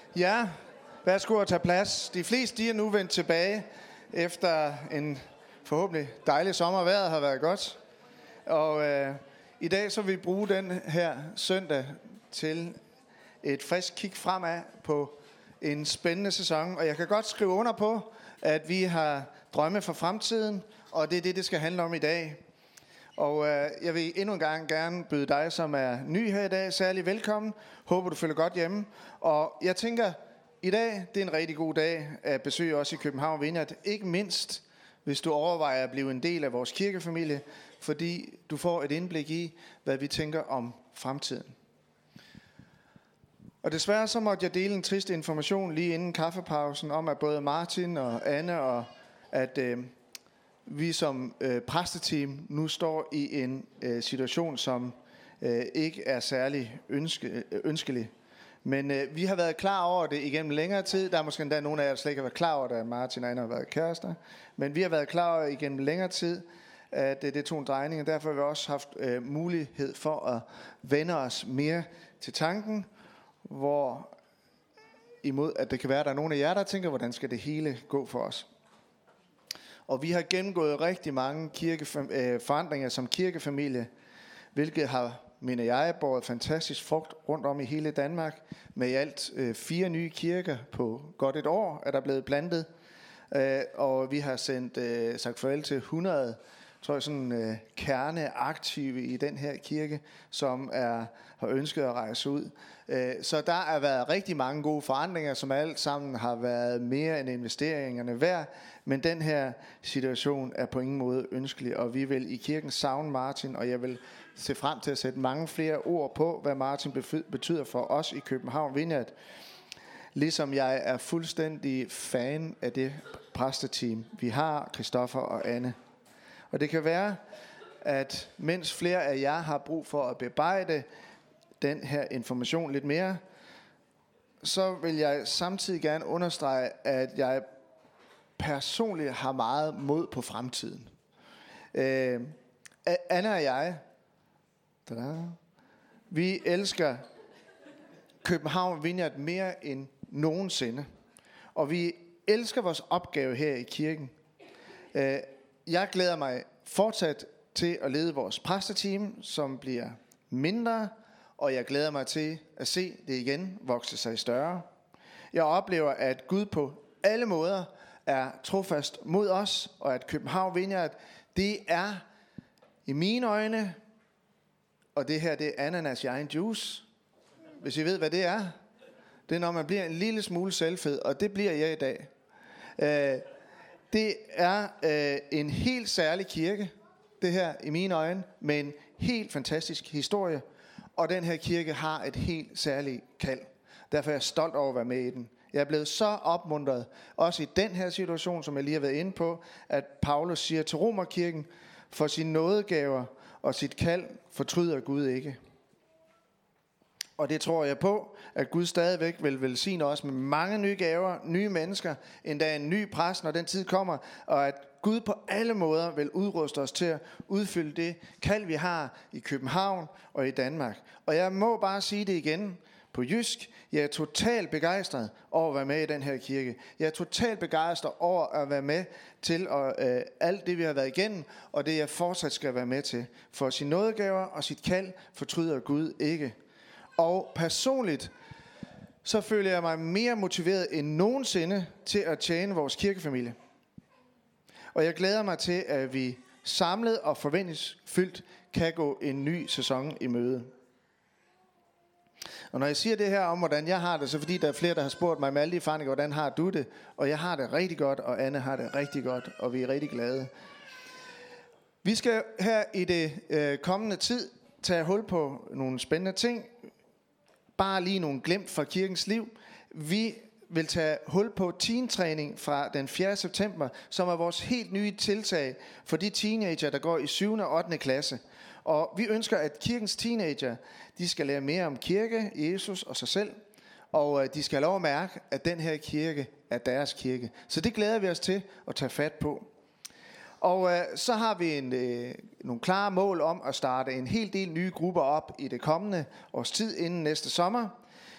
Ja, værsgo at tage plads. De fleste de er nu vendt tilbage efter en forhåbentlig dejlig sommer. Vejret har været godt. Og i dag så vil vi bruge den her søndag til et frisk kig fremad på en spændende sæson. Og jeg kan godt skrive under på, at vi har drømme for fremtiden, og det er det skal handle om i dag. Og jeg vil endnu en gang gerne byde dig, som er ny her i dag, særlig velkommen. Håber, du føler godt hjemme. Og jeg tænker, i dag det er en rigtig god dag at besøge os i København Vineyard. Ikke mindst, hvis du overvejer at blive en del af vores kirkefamilie, fordi du får et indblik i, hvad vi tænker om fremtiden. Og desværre så måtte jeg dele en trist information lige inden kaffepausen om, at både Martin og Anne og at vi som præsteteam nu står i en situation, som ikke er særlig ønskelig. Men vi har været klar over det igennem længere tid. Der er måske endda nogle af jer, der slet ikke har været klar over det, at Martin og Anne har været kærester. Men vi har været klar over igennem længere tid, at det tog en drejning. Og derfor har vi også haft mulighed for at vende os mere til tanken, hvor imod at det kan være, at der er nogle af jer, der tænker, hvordan skal det hele gå for os. Og vi har gennemgået rigtig mange forandringer som kirkefamilie, hvilket har, mener jeg, båret fantastisk frugt rundt om i hele Danmark. Med i alt 4 nye kirker på godt et år er der blevet plantet. Og vi har sagt farvel til 100, tror jeg, sådan kerneaktive i den her kirke, som har ønsket at rejse ud. Så der har været rigtig mange gode forandringer, som alt sammen har været mere end investeringerne værd. Men den her situation er på ingen måde ønskelig, og vi vil i kirken savne Martin, og jeg vil se frem til at sætte mange flere ord på, hvad Martin betyder for os i København Vineyard. Ligesom jeg er fuldstændig fan af det præsteteam, vi har, Christoffer og Anne. Og det kan være, at mens flere af jer har brug for at bearbejde den her information lidt mere, så vil jeg samtidig gerne understrege, at jeg personligt har meget mod på fremtiden. Anna og jeg, vi elsker København Vineyard mere end nogensinde. Og vi elsker vores opgave her i kirken. Jeg glæder mig fortsat til at lede vores præsteteam, som bliver mindre, og jeg glæder mig til at se det igen vokse sig større. Jeg oplever, at Gud på alle måder er trofast mod os, og at København Vineyard, det er i mine øjne, og det her, det er ananas i egen juice. Hvis I ved, hvad det er. Det er, når man bliver en lille smule selvfed, og det bliver jeg i dag. Det er en helt særlig kirke, det her i mine øjne, med en helt fantastisk historie. Og den her kirke har et helt særligt kald. Derfor er jeg stolt over at være med i den. Jeg er blevet så opmuntret, også i den her situation, som jeg lige har været inde på, at Paulus siger til Romerkirken, for sine nådegaver og sit kald fortryder Gud ikke. Og det tror jeg på, at Gud stadigvæk vil velsigne os med mange nye gaver, nye mennesker, endda en ny præst, når den tid kommer, og at Gud på alle måder vil udruste os til at udfylde det kald, vi har i København og i Danmark. Og jeg må bare sige det igen på jysk. Jeg er totalt begejstret over at være med i den her kirke. Jeg er totalt begejstret over at være med til alt det, vi har været igennem, og det, jeg fortsat skal være med til. For sine nådegaver og sit kald fortryder Gud ikke. Og personligt, så føler jeg mig mere motiveret end nogensinde til at tjene vores kirkefamilie. Og jeg glæder mig til, at vi samlet og forventningsfyldt kan gå en ny sæson i møde. Og når jeg siger det her om, hvordan jeg har det, så fordi der er flere, der har spurgt mig med alle de erfaringer, hvordan har du det? Og jeg har det rigtig godt, og Anne har det rigtig godt, og vi er rigtig glade. Vi skal her i det kommende tid tage hul på nogle spændende ting. Bare lige nogle glimt fra kirkens liv. Vi vil tage hul på teentræning fra den 4. september, som er vores helt nye tiltag for de teenager, der går i 7. og 8. klasse. Og vi ønsker, at kirkens teenager, de skal lære mere om kirke, Jesus og sig selv. Og de skal have lov at mærke, at den her kirke er deres kirke. Så det glæder vi os til at tage fat på. Og så har vi nogle klare mål om at starte en hel del nye grupper op i det kommende års tid inden næste sommer.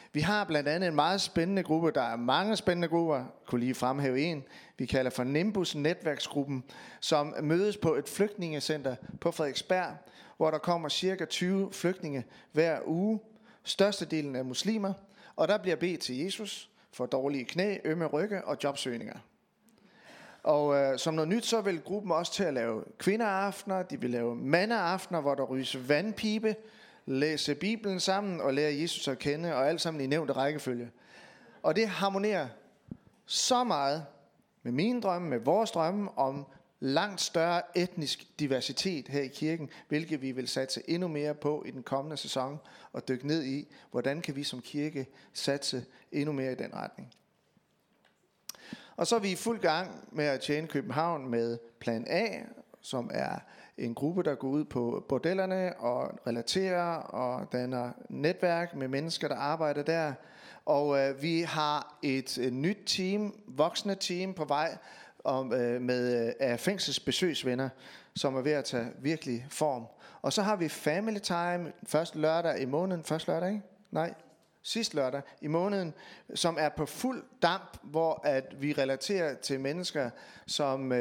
Vi har blandt andet en meget spændende gruppe. Der er mange spændende grupper. Jeg kunne lige fremhæve en. Vi kalder for Nimbus Netværksgruppen, som mødes på et flygtningecenter på Frederiksberg, hvor der kommer cirka 20 flygtninge hver uge. Størstedelen er muslimer. Og der bliver bedt til Jesus for dårlige knæ, ømme rygge og jobsøgninger. Og som noget nyt, så vil gruppen også til at lave kvindeaftener. De vil lave mandeaftener, hvor der ryges vandpibe, læse Bibelen sammen og lære Jesus at kende, og alt sammen i nævnte rækkefølge. Og det harmonerer så meget med mine drømme, med vores drømme om langt større etnisk diversitet her i kirken, hvilket vi vil satse endnu mere på i den kommende sæson og dykke ned i, hvordan kan vi som kirke satse endnu mere i den retning. Og så er vi i fuld gang med at tjene København med Plan A, som er en gruppe, der går ud på bordellerne og relaterer og danner netværk med mennesker, der arbejder der. Og vi har et nyt team, voksne team på vej af fængselsbesøgsvenner, som er ved at tage virkelig form. Og så har vi Family Time første lørdag i måneden. Første lørdag, ikke? Nej. Sidste lørdag i måneden, som er på fuld damp, hvor at vi relaterer til mennesker, som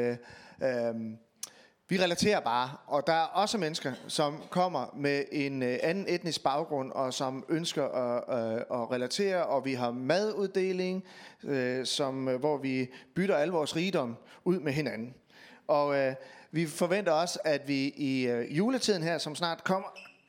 vi relaterer bare. Og der er også mennesker, som kommer med en anden etnisk baggrund, og som ønsker at relatere. Og vi har maduddeling, hvor vi bytter al vores rigdom ud med hinanden. Og vi forventer også, at vi i juletiden her, som snart kommer...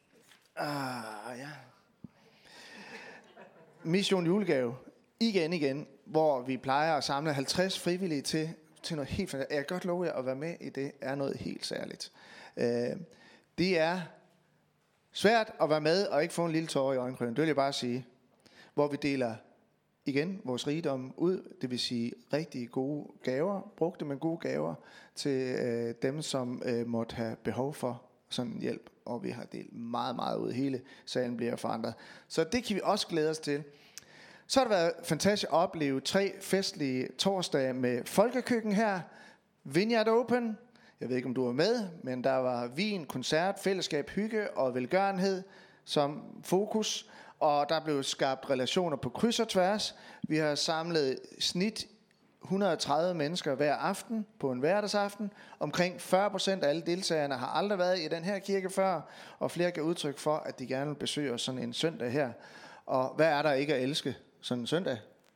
Mission Julegave, igen, hvor vi plejer at samle 50 frivillige til noget helt fantastisk. Jeg kan godt love jer at være med i det, er noget helt særligt. Det er svært at være med og ikke få en lille tårer i øjenkrogen, det vil jeg bare sige. Hvor vi deler igen vores rigdom ud, det vil sige rigtig gode gaver, brugte men gode gaver til dem, som måtte have behov for sådan en hjælp. Og vi har delt meget, meget ud. Hele salen bliver forandret. Så det kan vi også glæde os til. Så har det været fantastisk at opleve 3 festlige torsdage med folkekøkken her. Vineyard Open. Jeg ved ikke, om du var med, men der var vin, koncert, fællesskab, hygge og velgørenhed som fokus. Og der blev skabt relationer på kryds og tværs. Vi har samlet snit 130 mennesker hver aften på en hverdagsaften. Omkring 40% af alle deltagerne har aldrig været i den her kirke før, og flere gav udtryk for, at de gerne vil besøge os sådan en søndag her. Og hvad er der ikke at elske sådan en søndag?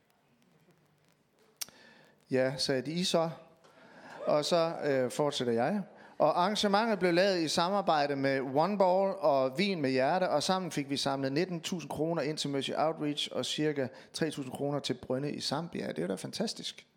Ja, sagde de I så. Og så fortsætter jeg. Og arrangementet blev lavet i samarbejde med One Ball og Vin med Hjerte, og sammen fik vi samlet 19.000 kroner ind til Mercy Outreach og cirka 3.000 kroner til Brønde i Zambia. Det er da fantastisk.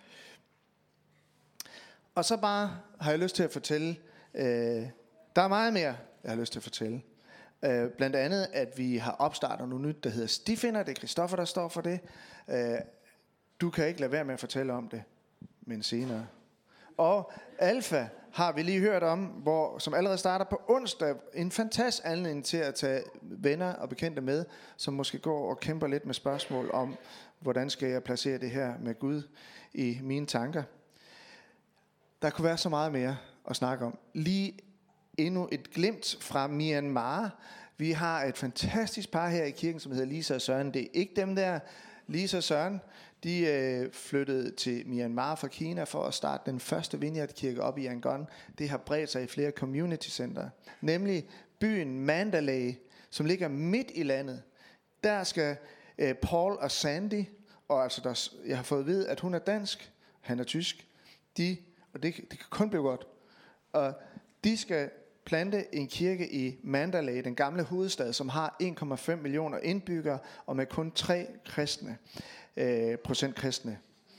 Og så bare har jeg lyst til at fortælle, der er meget mere, jeg har lyst til at fortælle. Blandt andet, at vi har opstartet noget nyt, der hedder Stifinder. Det er Christoffer, der står for det. Du kan ikke lade være med at fortælle om det, men senere. Og Alfa har vi lige hørt om, som allerede starter på onsdag. En fantastisk anledning til at tage venner og bekendte med, som måske går og kæmper lidt med spørgsmål om, hvordan skal jeg placere det her med Gud i mine tanker. Der kunne være så meget mere at snakke om. Lige endnu et glimt fra Myanmar. Vi har et fantastisk par her i kirken, som hedder Lisa og Søren. Det er ikke dem der. Lisa og Søren, de flyttede til Myanmar fra Kina for at starte den første vineyardkirke op i Yangon. Det har bredt sig i flere community center. Nemlig byen Mandalay, som ligger midt i landet. Der skal Paul og Sandy, og altså jeg har fået at vide, at hun er dansk, han er tysk. Og det kan kun blive godt. Og de skal plante en kirke i Mandalay, den gamle hovedstad, som har 1,5 millioner indbyggere, og med kun 3 procent kristne.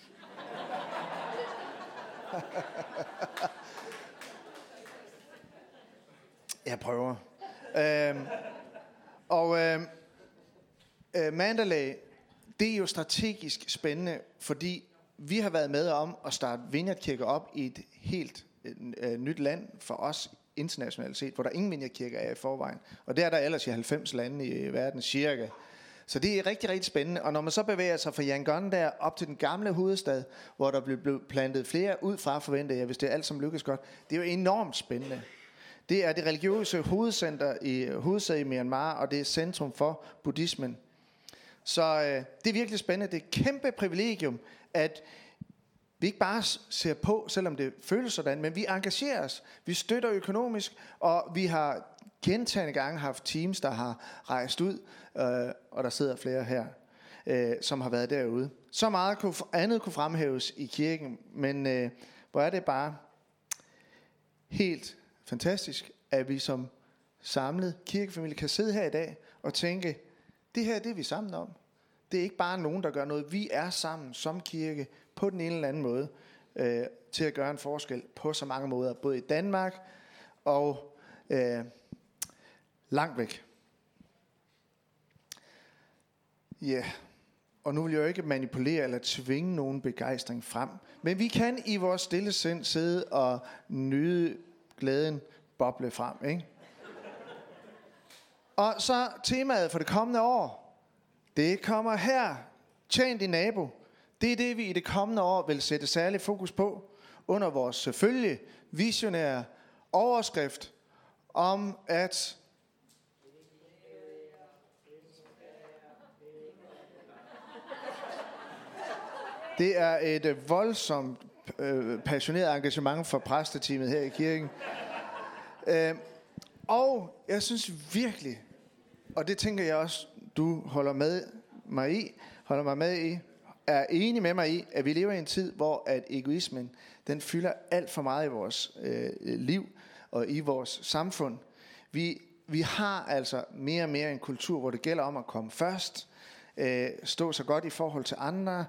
Jeg prøver. Mandalay, det er jo strategisk spændende, fordi vi har været med om at starte vineyardkirker op i et helt nyt land for os internationalt set, hvor der ingen vineyardkirker er i forvejen. Og det er der ellers i 90 lande i verden cirka. Så det er rigtig, rigtig spændende. Og når man så bevæger sig fra Yangon der op til den gamle hovedstad, hvor der blev plantet flere ud fra, forventer jeg, hvis det alt som lykkes godt, det er jo enormt spændende. Det er det religiøse hovedcenter i hovedsædet i Myanmar, og det er centrum for buddhismen. Så det er virkelig spændende. Det er et kæmpe privilegium, at vi ikke bare ser på, selvom det føles sådan, men vi engagerer os. Vi støtter økonomisk, og vi har gentagne gange haft teams, der har rejst ud, og der sidder flere her, som har været derude. Så meget andet kunne fremhæves i kirken, men hvor er det bare helt fantastisk, at vi som samlet kirkefamilie kan sidde her i dag og tænke, det her det er vi sammen om. Det er ikke bare nogen, der gør noget. Vi er sammen som kirke på den ene eller anden måde til at gøre en forskel på så mange måder, både i Danmark og langt væk. Ja, og nu vil jeg jo ikke manipulere eller tvinge nogen begejstring frem, men vi kan i vores stille sind sidde og nyde glæden boble frem, ikke? Og så temaet for det kommende år, det kommer her. Tjen din nabo. Det er det, vi i det kommende år vil sætte særlig fokus på under vores selvfølgelig visionære overskrift om at det er et voldsomt passioneret engagement for præsteteamet her i kirken. Og jeg synes virkelig, og det tænker jeg også, du holder mig med i, er enig med mig i, at vi lever i en tid, hvor at egoismen, den fylder alt for meget i vores liv og i vores samfund. Vi har altså mere og mere en kultur, hvor det gælder om at komme først, stå så godt i forhold til andre.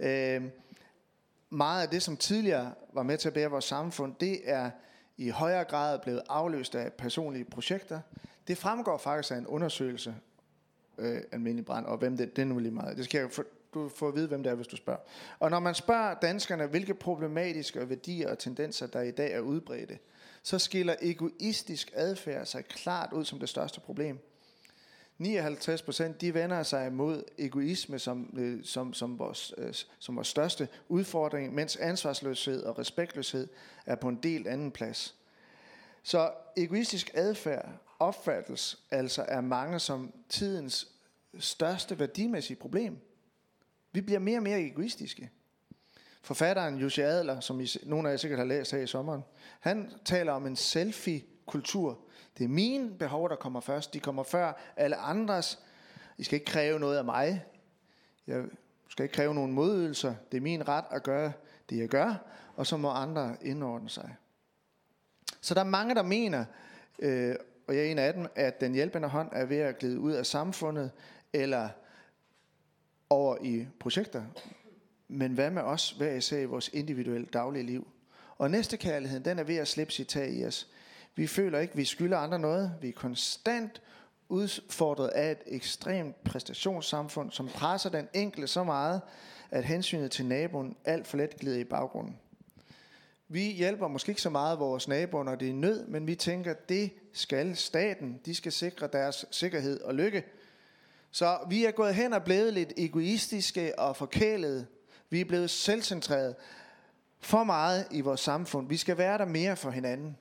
Meget af det, som tidligere var med til at bære vores samfund, det er i højere grad blevet afløst af personlige projekter. Det fremgår faktisk af en undersøgelse, almindelig brand, og hvem det er nu lige meget. Det skal jeg du får at vide, hvem det er, hvis du spørger. Og når man spørger danskerne, hvilke problematiske værdier og tendenser, der i dag er udbredte, så skiller egoistisk adfærd sig klart ud som det største problem. 59% de vender sig imod egoisme som vores største udfordring, mens ansvarsløshed og respektløshed er på en del anden plads. Så egoistisk adfærd opfattes altså af mange som tidens største værdimæssige problem. Vi bliver mere og mere egoistiske. Forfatteren Jussi Adler, som nogle af jer sikkert har læst her i sommeren, han taler om en selfie-kultur. Det er mine behov, der kommer først. De kommer før alle andres. I skal ikke kræve noget af mig. Jeg skal ikke kræve nogen modydelser. Det er min ret at gøre det, jeg gør. Og så må andre indordne sig. Så der er mange, der mener, og jeg er en af dem, at den hjælpende hånd er ved at glide ud af samfundet, eller over i projekter. Men hvad med os, hver især i vores individuelle daglige liv? Og næstekærligheden, den er ved at slippe sit tag i os. Vi føler ikke, vi skylder andre noget. Vi er konstant udfordret af et ekstremt præstationssamfund, som presser den enkelte så meget, at hensynet til naboen alt for let glider i baggrunden. Vi hjælper måske ikke så meget vores naboer, når det er i nød, men vi tænker, det skal staten. De skal sikre deres sikkerhed og lykke. Så vi er gået hen og blevet lidt egoistiske og forkælede. Vi er blevet selvcentrerede for meget i vores samfund. Vi skal være der mere for hinanden.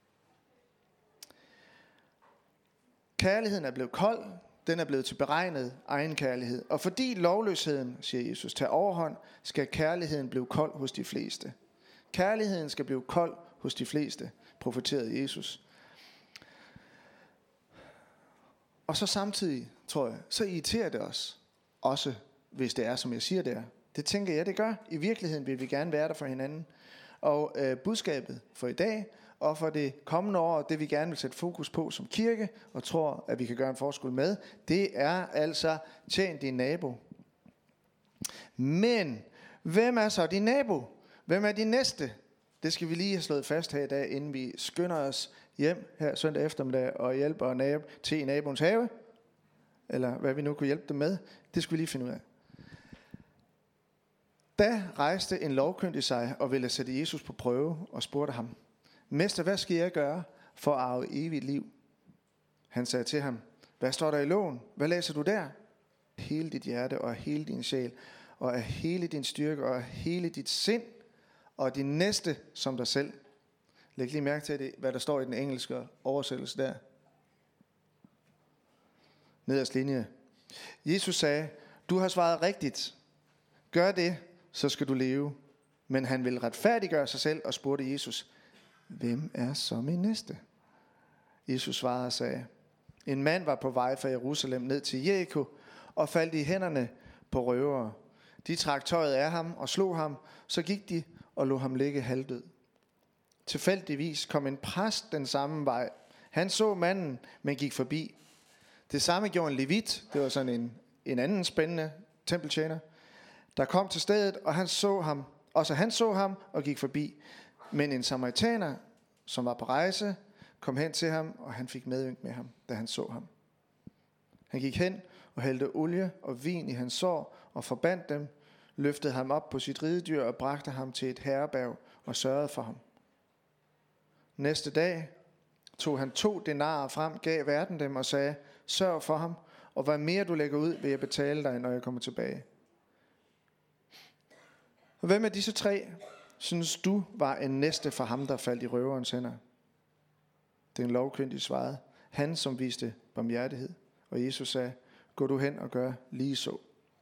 Kærligheden er blevet kold. Den er blevet til beregnet egenkærlighed. Og fordi lovløsheden, siger Jesus, tager overhånd, skal kærligheden blive kold hos de fleste. Kærligheden skal blive kold hos de fleste, profeterede Jesus. Og så samtidig, tror jeg, så irriterer det os også, hvis det er, som jeg siger det er. Det tænker jeg, det gør. I virkeligheden vil vi gerne være der for hinanden. Og budskabet for i dag og for det kommende år, det vi gerne vil sætte fokus på som kirke, og tror, at vi kan gøre en forskel med, det er altså, tjen din nabo. Men, hvem er så din nabo? Hvem er din næste? Det skal vi lige have slået fast her i dag, inden vi skynder os hjem her søndag eftermiddag og hjælper til i naboens have. Eller hvad vi nu kunne hjælpe dem med. Det skal vi lige finde ud af. Da rejste en lovkyndig sig og ville sætte Jesus på prøve og spurgte ham: Mester, hvad skal jeg gøre for at arve evigt liv? Han sagde til ham: Hvad står der i loven? Hvad læser du der? Hele dit hjerte og hele din sjæl og af hele din styrke og af hele dit sind og din næste som dig selv. Læg lige mærke til det, hvad der står i den engelske oversættelse der. Nederst linje. Jesus sagde: Du har svaret rigtigt. Gør det, så skal du leve. Men han ville retfærdiggøre sig selv og spurgte Jesus, hvem er så min næste? Jesus svarede og sagde, en mand var på vej fra Jerusalem ned til Jericho og faldt i hænderne på røvere. De trak tøjet af ham og slog ham, så gik de og lod ham ligge halvdød. Tilfældigvis kom en præst den samme vej. Han så manden, men gik forbi. Det samme gjorde en levit, det var sådan en anden spændende tempeltjener, der kom til stedet, og han så ham og gik forbi. Men en samaritaner, som var på rejse, kom hen til ham, og han fik medynk med ham, da han så ham. Han gik hen og hældte olie og vin i hans sår og forbandt dem, løftede ham op på sit ridedyr og bragte ham til et herberg og sørgede for ham. Næste dag tog han 2 denarer frem, gav verden dem og sagde, sørg for ham, og hvad mere du lægger ud, vil jeg betale dig, når jeg kommer tilbage. Og hvem af disse 3 synes du var en næste for ham, der faldt i røverens hænder? Den lovkyndige svarede, han som viste barmhjertighed. Og Jesus sagde, gå du hen og gør lige så.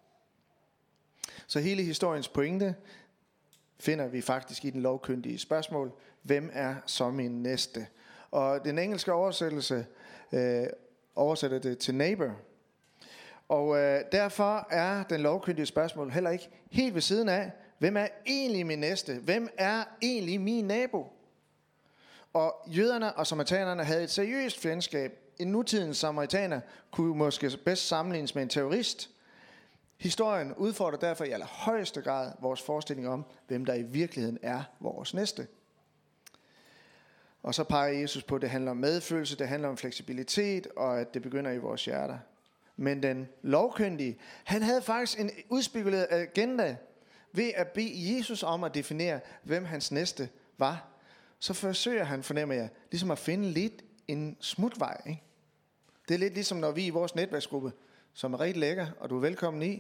Så hele historiens pointe finder vi faktisk i den lovkyndige spørgsmål, hvem er så min næste? Og den engelske oversættelse oversætter det til neighbor. Og derfor er den lovkyndige spørgsmål heller ikke helt ved siden af, hvem er egentlig min næste? Hvem er egentlig min nabo? Og jøderne og samaritanerne havde et seriøst fjendskab. En nutidens samaritaner kunne måske bedst sammenlignes med en terrorist. Historien udfordrer derfor i allerhøjeste grad vores forestilling om, hvem der i virkeligheden er vores næste. Og så peger Jesus på, at det handler om medfølelse, det handler om fleksibilitet, og at det begynder i vores hjerter. Men den lovkyndige, han havde faktisk en udspekuleret agenda ved at bede Jesus om at definere, hvem hans næste var. Så forsøger han, fornemmer jeg, ligesom at finde lidt en smutvej. Ikke? Det er lidt ligesom, når vi i vores netværksgruppe, som er rigtig lækker, og du er velkommen i,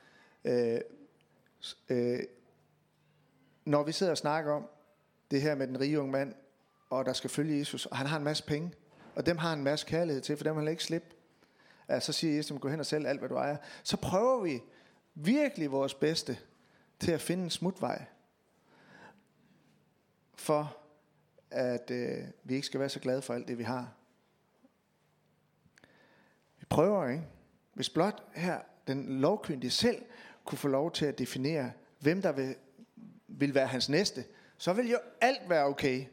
når vi sidder og snakker om det her med den rige unge mand, og der skal følge Jesus, og han har en masse penge, og dem har han en masse kærlighed til, for dem vil han ikke slippe. Så siger Jesus, gå hen og sælg alt, hvad du ejer. Så prøver vi virkelig vores bedste til at finde en smutvej, for at vi ikke skal være så glade for alt det, vi har. Vi prøver, ikke? Hvis blot her den lovkyndige selv kunne få lov til at definere, hvem der vil være hans næste, så vil jo alt være okay.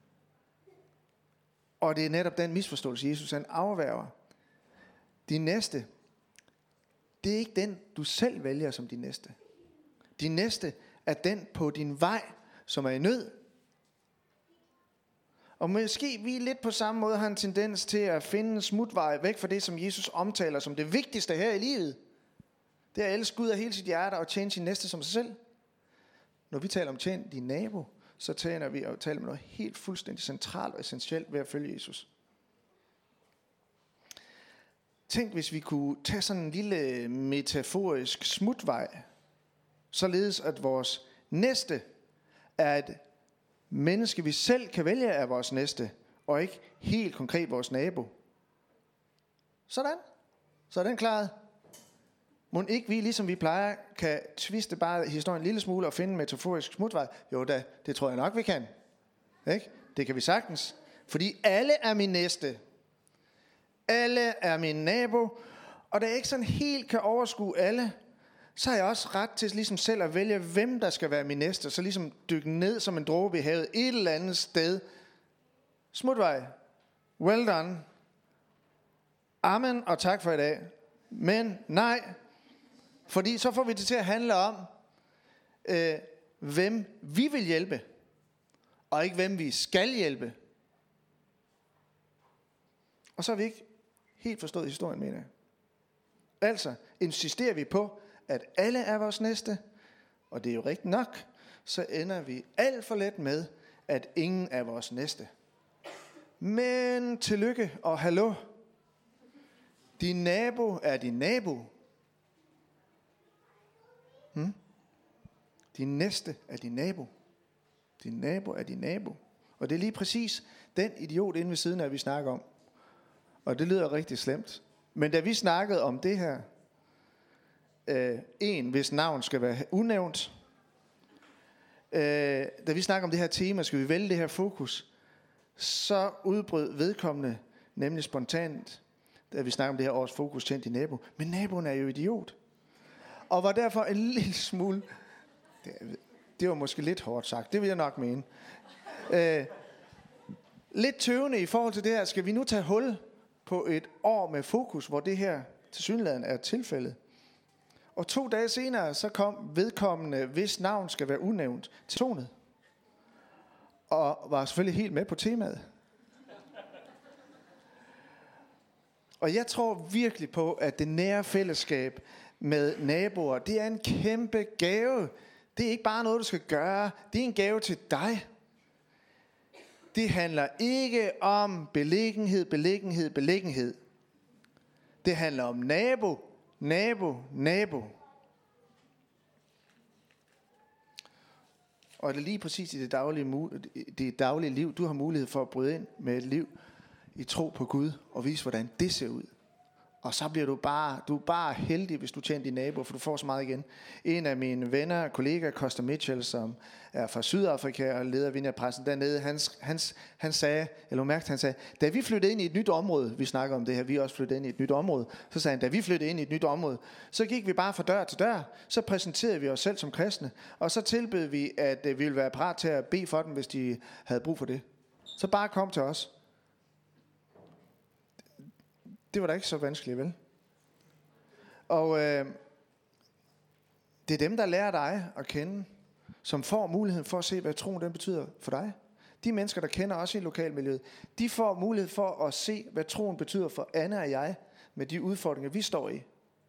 Og det er netop den misforståelse, Jesus han afværger. Din næste, det er ikke den, du selv vælger som din næste. Din næste er den på din vej, som er i nød. Og måske vi lidt på samme måde har en tendens til at finde en smutvej væk fra det, som Jesus omtaler som det vigtigste her i livet. Det er at elske Gud af hele sit hjerte og tjene sin næste som sig selv. Når vi taler om tjene din nabo, så taler vi om noget helt fuldstændig centralt og essentielt ved at følge Jesus. Tænk, hvis vi kunne tage sådan en lille metaforisk smutvej, således at vores næste er et menneske, vi selv kan vælge af vores næste, og ikke helt konkret vores nabo. Sådan. Så er den klaret. Må ikke vi, ligesom vi plejer, kan twiste bare historien en lille smule og finde en metaforisk smutvej? Jo da, det tror jeg nok, vi kan. Ikke? Det kan vi sagtens. Fordi alle er min næste. Alle er min nabo. Og da jeg ikke sådan helt kan overskue alle, så har jeg også ret til ligesom selv at vælge, hvem der skal være min næste. Så ligesom dykke ned som en dråbe i havet et eller andet sted. Smutvej. Well done. Amen og tak for i dag. Men nej. Fordi så får vi det til at handle om, hvem vi vil hjælpe. Og ikke hvem vi skal hjælpe. Og så har vi ikke helt forstået historien, mener jeg. Altså insisterer vi på, at alle er vores næste, og det er jo rigtigt nok, så ender vi alt for let med, at ingen er vores næste. Men tillykke og hallo. Din nabo er din nabo. Din næste er din nabo. Din nabo er din nabo. Og det er lige præcis den idiot inde ved siden af, vi snakker om. Og det lyder rigtig slemt. Men da vi snakkede om det her, en, hvis navn skal være unævnt. Da vi snakker om det her tema, skal vi vælge det her fokus, så udbrød vedkommende nemlig spontant, da vi snakker om det her års fokus, tjent din nabo. Men naboen er jo idiot. Og var derfor en lille smule, det var måske lidt hårdt sagt, det vil jeg nok mene. Lidt tøvende i forhold til det her, skal vi nu tage hul på et år med fokus, hvor det her tilsyneladende er tilfældet. Og 2 dage senere, så kom vedkommende, hvis navn skal være unævnt, til tonet. Og var selvfølgelig helt med på temaet. Og jeg tror virkelig på, at det nære fællesskab med naboer, det er en kæmpe gave. Det er ikke bare noget, du skal gøre. Det er en gave til dig. Det handler ikke om beliggenhed. Det handler om nabo. Og det er lige præcis i det daglige liv, du har mulighed for at bryde ind med et liv i tro på Gud og vise, hvordan det ser ud. Og så bliver du er bare heldig, hvis du tjener din nabo, for du får så meget igen. En af mine venner, kollega, Costa Mitchell, som er fra Sydafrika og leder Vineyardpressen dernede, han sagde, da vi flyttede ind i et nyt område, vi snakker om det her, vi er også flyttet ind i et nyt område, så sagde han, da vi flyttede ind i et nyt område, så gik vi bare fra dør til dør, så præsenterede vi os selv som kristne, og så tilbød vi, at vi ville være parat til at bede for dem, hvis de havde brug for det. Så bare kom til os. Det var da ikke så vanskeligt, vel? Og det er dem, der lærer dig at kende, som får muligheden for at se, hvad troen den betyder for dig. De mennesker, der kender os i lokalmiljøet, de får mulighed for at se, hvad troen betyder for Anne og jeg, med de udfordringer, vi står i.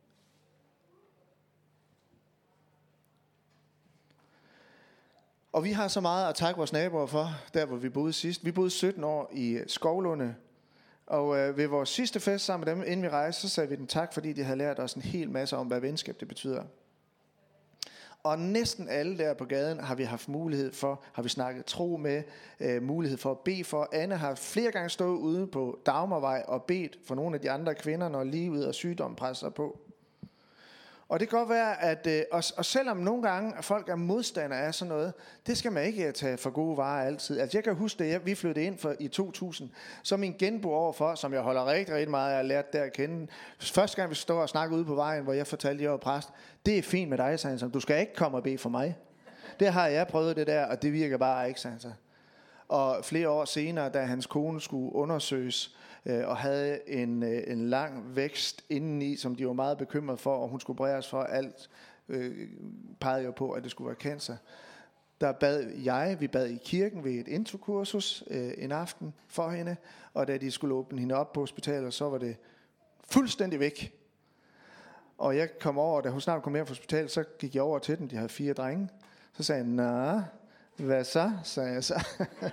Og vi har så meget at takke vores naboer for, der hvor vi boede sidst. Vi boede 17 år i Skovlunde. Og ved vores sidste fest sammen med dem, inden vi rejste, så sagde vi den tak, fordi de havde lært os en hel masse om, hvad venskab det betyder. Og næsten alle der på gaden har vi haft mulighed for, har vi snakket tro med, mulighed for at bede for. Anne har flere gange stået ude på Dagmarvej og bedt for nogle af de andre kvinder, når livet og sygdom presser på. Og det kan godt være, at og selvom nogle gange folk er modstandere af sådan noget, det skal man ikke tage for gode varer altid. Altså jeg kan huske det, vi flyttede ind i 2000, så min genbo overfor, som jeg holder rigtig, rigtig meget, jeg har lært der at kende. Første gang vi stod og snakkede ude på vejen, hvor jeg fortalte, at jeg var præst, det er fint med dig, sagde han, du skal ikke komme og bede for mig. Det har jeg prøvet det der, og det virker bare ikke, sagde han. Og flere år senere, da hans kone skulle undersøges, og havde en lang vækst indeni, som de var meget bekymrede for, og hun skulle opereres for alt, pegede jo på, at det skulle være cancer. Vi bad i kirken ved et introkursus en aften for hende, og da de skulle åbne hende op på hospitalet, så var det fuldstændig væk. Og jeg kom over, da hun snart kom hjem fra hospitalet, så gik jeg over til den, de havde 4 drenge. Så sagde jeg, nå, hvad så, sagde jeg så.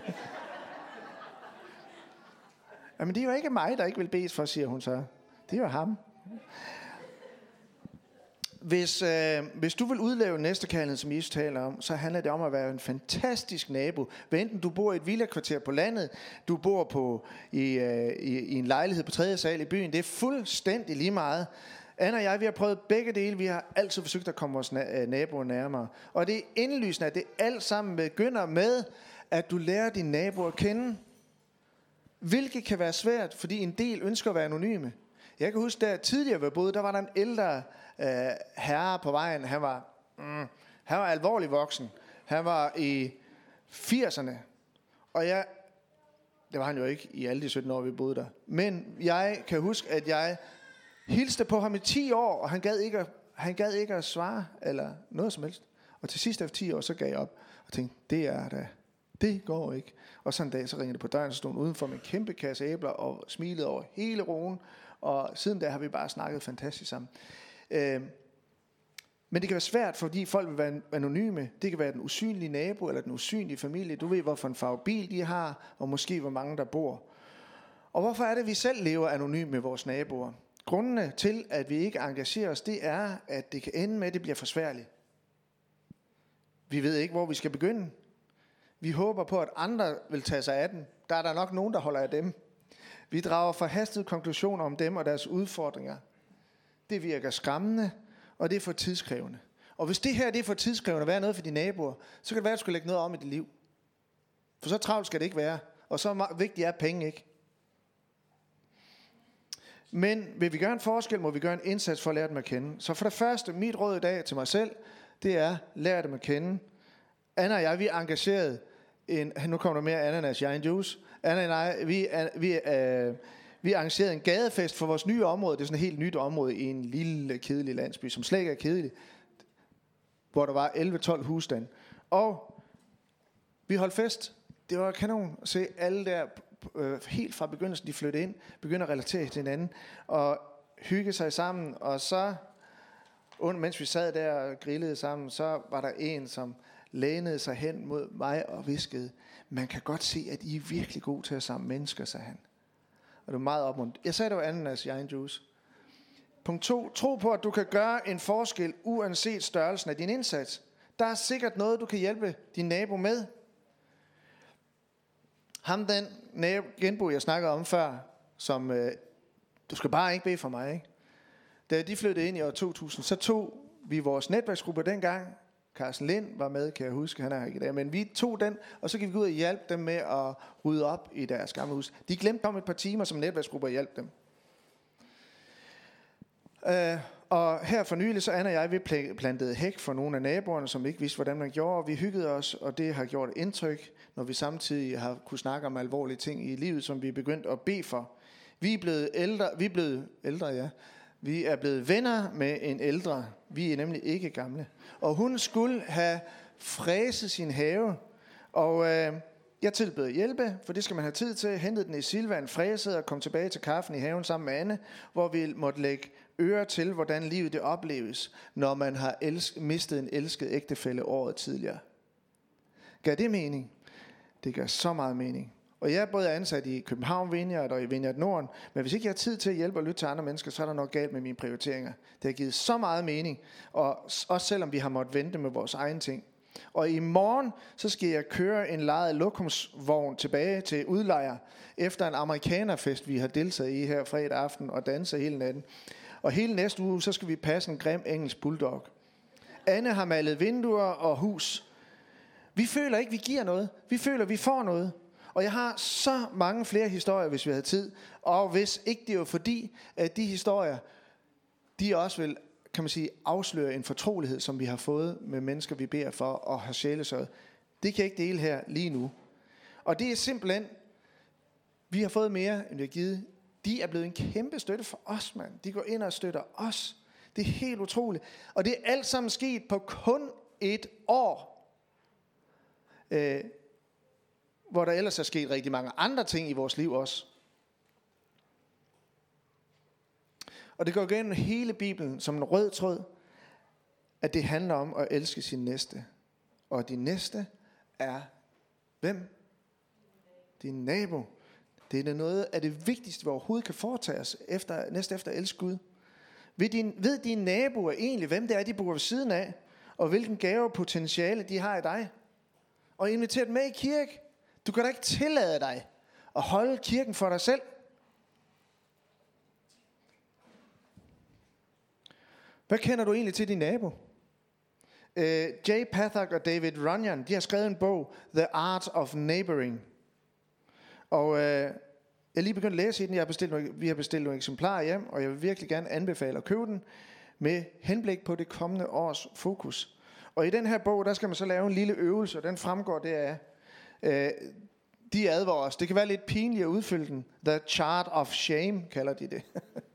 Jamen det var ikke mig, der ikke ville bedes for, siger hun så. Det var ham. Hvis du vil udleve næstekærligheden, som Jesus taler om, så handler det om at være en fantastisk nabo. Hvad enten du bor i et villakvarter på landet, du bor i en lejlighed på 3. sal i byen, det er fuldstændig lige meget. Anna og jeg, vi har prøvet begge dele. Vi har altid forsøgt at komme vores naboer nærmere. Og det er indlysende, at det alt sammen begynder med, at du lærer din nabo at kende. Hvilket kan være svært, fordi en del ønsker at være anonyme. Jeg kan huske, da tidligere jeg boede, der var der en ældre herre på vejen. Han var alvorlig voksen. Han var i 80'erne. Og det var han jo ikke i alle de 17 år, vi boede der. Men jeg kan huske, at jeg hilste på ham i 10 år, og han gad ikke at svare, eller noget som helst. Og til sidst efter 10 år, så gav jeg op, og tænkte, det går ikke. Og så en dag, så ringede det på døren, så stod udenfor med en kæmpe kasse æbler, og smilede over hele roen, og siden da har vi bare snakket fantastisk sammen. Men det kan være svært, fordi folk vil være anonyme. Det kan være den usynlige nabo, eller den usynlige familie. Du ved, hvorfor en farve bil de har, og måske hvor mange der bor. Og hvorfor er det, at vi selv lever anonyme med vores naboer? Grundene til, at vi ikke engagerer os, det er, at det kan ende med, at det bliver for svært. Vi ved ikke, hvor vi skal begynde. Vi håber på, at andre vil tage sig af den. Der er der nok nogen, der holder af dem. Vi drager forhastede konklusioner om dem og deres udfordringer. Det virker skræmmende, og det er for tidskrævende. Og hvis det her det er for tidskrævende at være noget for dine naboer, så kan det være, at du skal lægge noget om i dit liv. For så travlt skal det ikke være. Og så vigtigt er penge ikke. Men vil vi gøre en forskel, må vi gøre en indsats for at lære dem at kende. Så for det første, mit råd i dag til mig selv, det er, lær dem at kende. Anna og jeg, vi er engageret. Nu kommer der mere ananas i egen juice. Anna og jeg, vi arrangerede en gadefest for vores nye område. Det er sådan et helt nyt område i en lille kedelig landsby, som slet ikke er kedelig, hvor der var 11-12 husstande. Og vi holdt fest. Det var kanon at se alle der, helt fra begyndelsen, de flyttede ind, begynder at relatere til hinanden, og hygge sig sammen. Og så, mens vi sad der og grillede sammen, så var der en, som lænede sig hen mod mig og viskede, man kan godt se, at I er virkelig gode til at samle mennesker, sagde han. Og det var meget opmuntrende. Jeg sagde, det var ananas i egen juice. Punkt 2. Tro på, at du kan gøre en forskel, uanset størrelsen af din indsats. Der er sikkert noget, du kan hjælpe din nabo med. Ham, den genbo, jeg snakkede om før, som, du skal bare ikke bede for mig, ikke? Da de flyttede ind i år 2000, så tog vi vores netværksgruppe dengang. Carsten Lind var med, kan jeg huske, han er ikke der. Men vi tog den, og så gik vi ud og hjælpe dem med at rydde op i deres gamle hus. De glemte om et par timer som netværksgruppe at hjælpe dem. Og her for nylig, så Anna og jeg, vi plantede hæk for nogle af naboerne, som ikke vidste, hvordan man gjorde. Og vi hyggede os, og det har gjort et indtryk, når vi samtidig har kunne snakke om alvorlige ting i livet, som vi er begyndt at bede for. Vi er blevet ældre, ja. Vi er blevet venner med en ældre. Vi er nemlig ikke gamle. Og hun skulle have fræset sin have. Og jeg tilbød hjælpe, for det skal man have tid til. Hentede den i Silvan, fræsede og kom tilbage til kaffen i haven sammen med Anne, hvor vi måtte lægge øre til, hvordan livet det opleves, når man har mistet en elsket ægtefælle året tidligere. Gør det mening? Det gør så meget mening. Og jeg er både ansat i København Vineyard og i Vineyard Norden, men hvis ikke jeg har tid til at hjælpe og lytte til andre mennesker, så er der nok galt med mine prioriteringer. Det har givet så meget mening, og også selvom vi har måttet vente med vores egen ting. Og i morgen, så skal jeg køre en lejet lokumsvogn tilbage til udlejer, efter en amerikanerfest, vi har deltaget i her fredag aften og danset hele natten. Og hele næste uge, så skal vi passe en grim engelsk bulldog. Anne har malet vinduer og hus. Vi føler ikke, vi giver noget. Vi føler, vi får noget. Og jeg har så mange flere historier, hvis vi havde tid. Og hvis ikke det var fordi, at de historier, de også vil, kan man sige, afsløre en fortrolighed, som vi har fået med mennesker, vi beder for og har sjælesørget. Det kan jeg ikke dele her lige nu. Og det er simpelthen, vi har fået mere, end vi har givet. De er blevet en kæmpe støtte for os, mand. De går ind og støtter os. Det er helt utroligt. Og det er alt sammen sket på kun et år. Hvor der ellers er sket rigtig mange andre ting i vores liv også. Og det går gennem hele Bibelen som en rød tråd, at det handler om at elske sin næste. Og din næste er hvem? Din nabo. Det er noget af det vigtigste, vi overhovedet kan foretage os efter at elske Gud. Ved dine naboer egentlig, hvem det er, de bor ved siden af, og hvilken gavepotentiale de har i dig? Og inviter dem med i kirke. Du kan da ikke tillade dig at holde kirken for dig selv. Hvad kender du egentlig til din nabo? Jay Pathak og David Runyon, de har skrevet en bog, The Art of Neighboring. Og jeg er lige begyndt at læse i den. Vi har bestilt nogle eksemplarer hjem, og jeg vil virkelig gerne anbefale at købe den med henblik på det kommende års fokus. Og i den her bog, der skal man så lave en lille øvelse, og den fremgår deraf. De advarer os. Det kan være lidt pinligt at udfylde den. The Chart of Shame, kalder de det.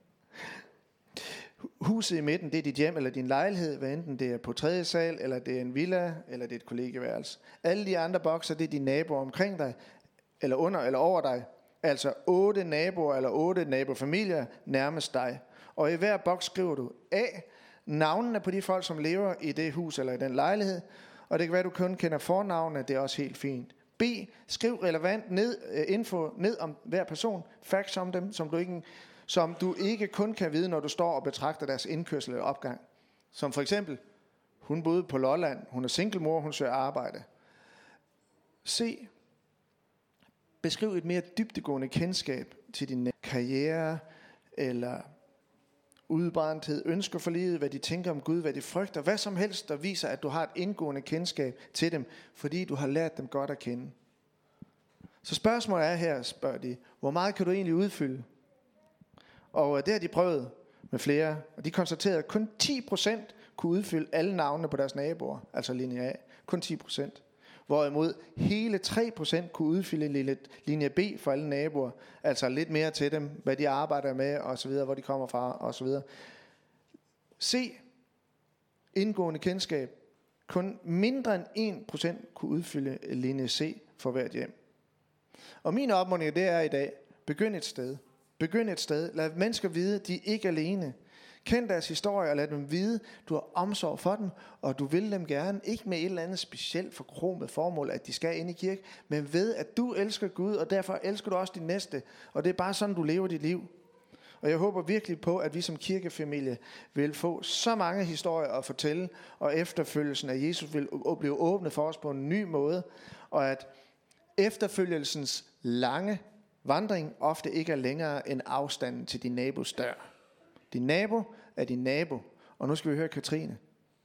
Huset i midten, det er dit hjem eller din lejlighed, hvad enten det er på 3. sal, eller det er en villa, eller det er et kollegeværelse. Alle de andre bokser, det er dine naboer omkring dig, eller under eller over dig. Altså 8 naboer eller 8 nabofamilier nærmest dig. Og i hver boks skriver du A, navnene på de folk, som lever i det hus eller i den lejlighed. Og det kan være, du kun kender fornavnene, det er også helt fint. B, skriv relevant info ned om hver person. Facts om dem, som du ikke kun kan vide, når du står og betragter deres indkørsel eller opgang. Som for eksempel, hun boede på Lolland, hun er singlemor, hun søger arbejde. C, beskriv et mere dybdegående kendskab til din karriere, eller udbrændthed, ønsker for livet, hvad de tænker om Gud, hvad de frygter, hvad som helst, der viser, at du har et indgående kendskab til dem, fordi du har lært dem godt at kende. Så spørgsmålet er her, spørger de, hvor meget kan du egentlig udfylde? Og det har de prøvet med flere, og de konstaterede, at kun 10% kunne udfylde alle navnene på deres naboer, altså linje A, kun 10%. Hvorimod hele 3% kunne udfylde linje B for alle naboer, altså lidt mere til dem, hvad de arbejder med, og så videre, hvor de kommer fra, og så videre. C, indgående kendskab, kun mindre end 1% kunne udfylde linje C for hvert hjem. Og min opmuntring det er i dag, begynd et sted. Begynd et sted. Lad mennesker vide, de er ikke alene. Kend deres historie og lad dem vide, du har omsorg for dem, og du vil dem gerne, ikke med et eller andet specielt forkromet formål, at de skal ind i kirke, men ved, at du elsker Gud, og derfor elsker du også din næste. Og det er bare sådan, du lever dit liv. Og jeg håber virkelig på, at vi som kirkefamilie vil få så mange historier at fortælle, og efterfølgelsen af Jesus vil blive åbnet for os på en ny måde, og at efterfølgelsens lange vandring ofte ikke er længere end afstanden til din nabos dør. Din nabo er din nabo. Og nu skal vi høre Katrine.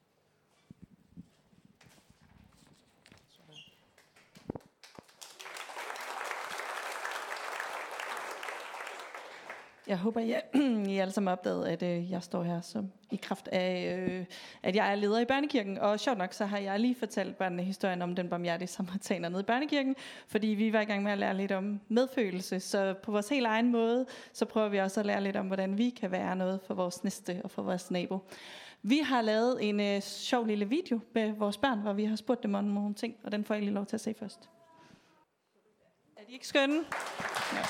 Jeg håber, I alle sammen har opdaget, at jeg står her som i kraft af, at jeg er leder i børnekirken. Og sjovt nok, så har jeg lige fortalt børnene historien om den barmhjertige samaritaner nede i børnekirken, fordi vi var i gang med at lære lidt om medfølelse. Så på vores helt egen måde, så prøver vi også at lære lidt om, hvordan vi kan være noget for vores næste og for vores nabo. Vi har lavet en sjov lille video med vores børn, hvor vi har spurgt dem om nogle ting, og den får jeg lige lov til at se først. Er de ikke skønne? Ja.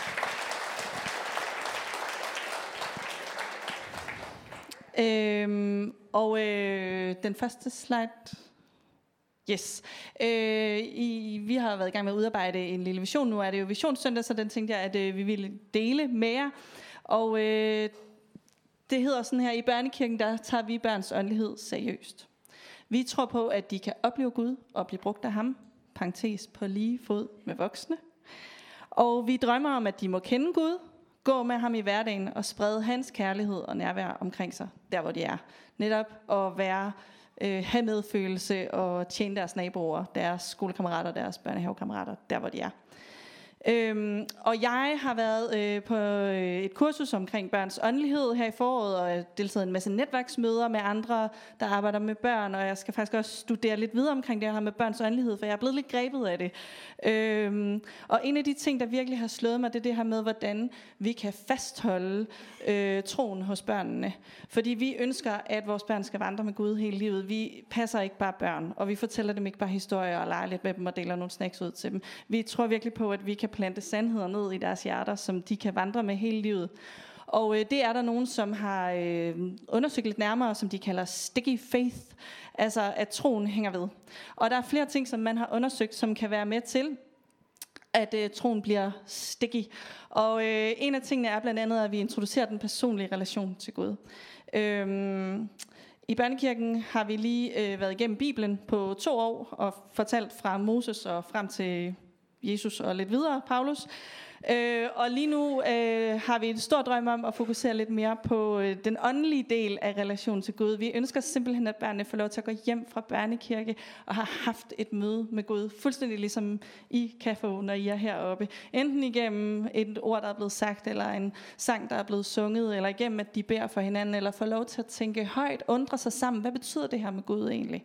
Den første slide. Yes. Vi har været i gang med at udarbejde en lille vision. Nu er det jo visionssøndag, så den tænkte jeg, at vi ville dele med jer. Og det hedder sådan her: i børnekirken, der tager vi børns åndelighed seriøst. Vi tror på, at de kan opleve Gud og blive brugt af ham, parentes på lige fod med voksne. Og vi drømmer om, at de må kende Gud, gå med ham i hverdagen og sprede hans kærlighed og nærvær omkring sig, der hvor de er. Netop at være, have medfølelse og tjene deres naboer, deres skolekammerater, deres børnehavekammerater, der hvor de er. Og jeg har været på et kursus omkring børns åndelighed her i foråret, og deltaget i en masse netværksmøder med andre, der arbejder med børn, og jeg skal faktisk også studere lidt videre omkring det her med børns åndelighed, for jeg er blevet lidt grebet af det. Og en af de ting, der virkelig har slået mig, det er det her med, hvordan vi kan fastholde troen hos børnene. Fordi vi ønsker, at vores børn skal vandre med Gud hele livet. Vi passer ikke bare børn, og vi fortæller dem ikke bare historier og leger lidt med dem og deler nogle snacks ud til dem. Vi tror virkelig på, at vi kan plante sandheder ned i deres hjerter, som de kan vandre med hele livet. Og det er der nogen, som har undersøgt lidt nærmere, som de kalder sticky faith, altså at troen hænger ved. Og der er flere ting, som man har undersøgt, som kan være med til, at troen bliver sticky. Og en af tingene er blandt andet, at vi introducerer den personlige relation til Gud. I børnekirken har vi lige været igennem Bibelen på 2 år og fortalt fra Moses og frem til Jesus og lidt videre, Paulus. Og lige nu har vi et stort drøm om at fokusere lidt mere på den åndelige del af relationen til Gud. Vi ønsker simpelthen, at børnene får lov til at gå hjem fra børnekirke og har haft et møde med Gud, fuldstændig ligesom I kan få, når I er heroppe. Enten igennem et ord, der er blevet sagt, eller en sang, der er blevet sunget, eller igennem, at de beder for hinanden, eller får lov til at tænke højt, undre sig sammen. Hvad betyder det her med Gud egentlig?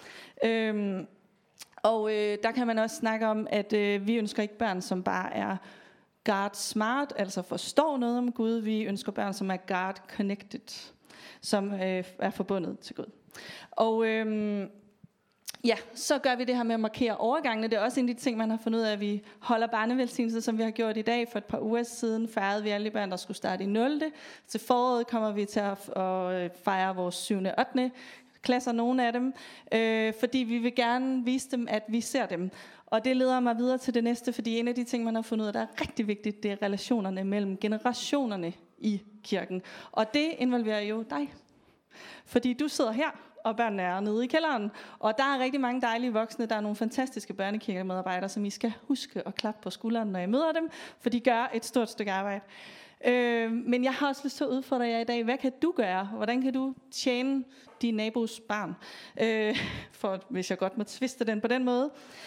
Og der kan man også snakke om, at vi ønsker ikke børn, som bare er God smart, altså forstår noget om Gud. Vi ønsker børn, som er God connected, som er forbundet til Gud. Og ja, så gør vi det her med at markere overgangene. Det er også en af de ting, man har fundet ud af, at vi holder barnevelsignelse, som vi har gjort i dag. For et par uger siden fejrede vi alle de børn, der skulle starte i 0. Til foråret kommer vi til at fejre vores 7. og 8. klasser, nogle af dem, fordi vi vil gerne vise dem, at vi ser dem. Og det leder mig videre til det næste, fordi en af de ting, man har fundet ud af, der er rigtig vigtigt, det er relationerne mellem generationerne i kirken. Og det involverer jo dig. Fordi du sidder her, og børnene er nede i kælderen. Og der er rigtig mange dejlige voksne, der er nogle fantastiske børnekirkemedarbejdere, som I skal huske at klappe på skulderen, når I møder dem, for de gør et stort stykke arbejde. Men jeg har også lyst til at udfordre jer i dag. Hvad kan du gøre? Hvordan kan du tjene din nabos barn? Hvis jeg godt må tviste den på den måde.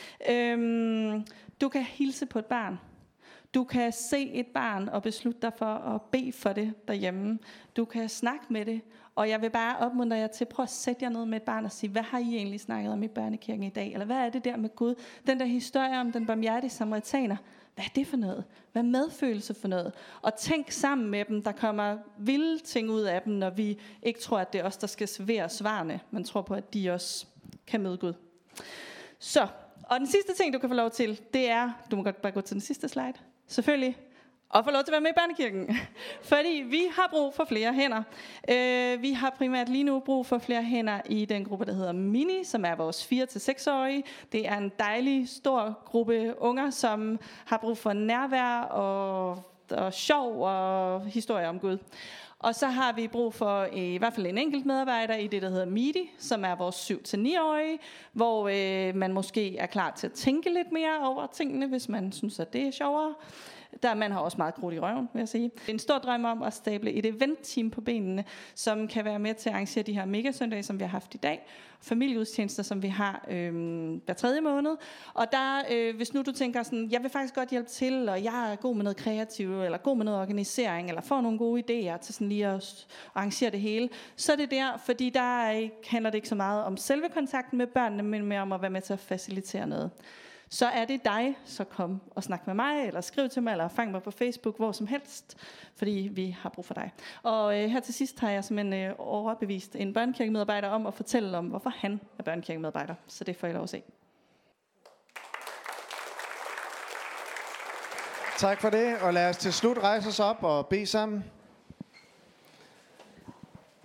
Du kan hilse på et barn. Du kan se et barn og beslutte dig for at bede for det derhjemme. Du kan snakke med det. Og jeg vil bare opmuntre jer til at prøve at sætte jer ned med et barn og sige, hvad har I egentlig snakket om i børnekirken i dag? Eller hvad er det der med Gud? Den der historie om den barmhjertige samaritaner. Hvad er det for noget? Hvad er medfølelse for noget? Og tænk sammen med dem. Der kommer vilde ting ud af dem, når vi ikke tror, at det er os, der skal servere svarene. Man tror på, at de også kan møde Gud. Så, og den sidste ting, du kan få lov til, det er, du må godt bare gå til den sidste slide, selvfølgelig, og få lov til at være med i børnekirken. Fordi vi har brug for flere hænder. Vi har primært lige nu brug for flere hænder i den gruppe, der hedder Mini, som er vores 4-6-årige. Det er en dejlig, stor gruppe unger, som har brug for nærvær og sjov og historier om Gud. Og så har vi brug for i hvert fald en enkelt medarbejder i det, der hedder MIDI, som er vores 7-9-årige, hvor man måske er klar til at tænke lidt mere over tingene, hvis man synes, at det er sjovere. Man har også meget krudt i røven, vil jeg sige. En stor drøm om at stable et eventteam på benene, som kan være med til at arrangere de her megasøndage, som vi har haft i dag. Familieudstjenester, som vi har hver 3. måned. Og der, hvis nu du tænker sådan, jeg vil faktisk godt hjælpe til, og jeg er god med noget kreativt, eller god med noget organisering, eller får nogle gode idéer til sådan lige at arrangere det hele, så er det der, fordi der handler det ikke så meget om selve kontakten med børnene, men mere om at være med til at facilitere noget. Så er det dig, så kom og snak med mig, eller skriv til mig, eller fang mig på Facebook, hvor som helst, fordi vi har brug for dig. Og her til sidst har jeg simpelthen overbevist en børnekirkemedarbejder om at fortælle om, hvorfor han er børnekirkemedarbejder. Så det får I lov at se. Tak for det, og lad os til slut rejse os op og bede sammen.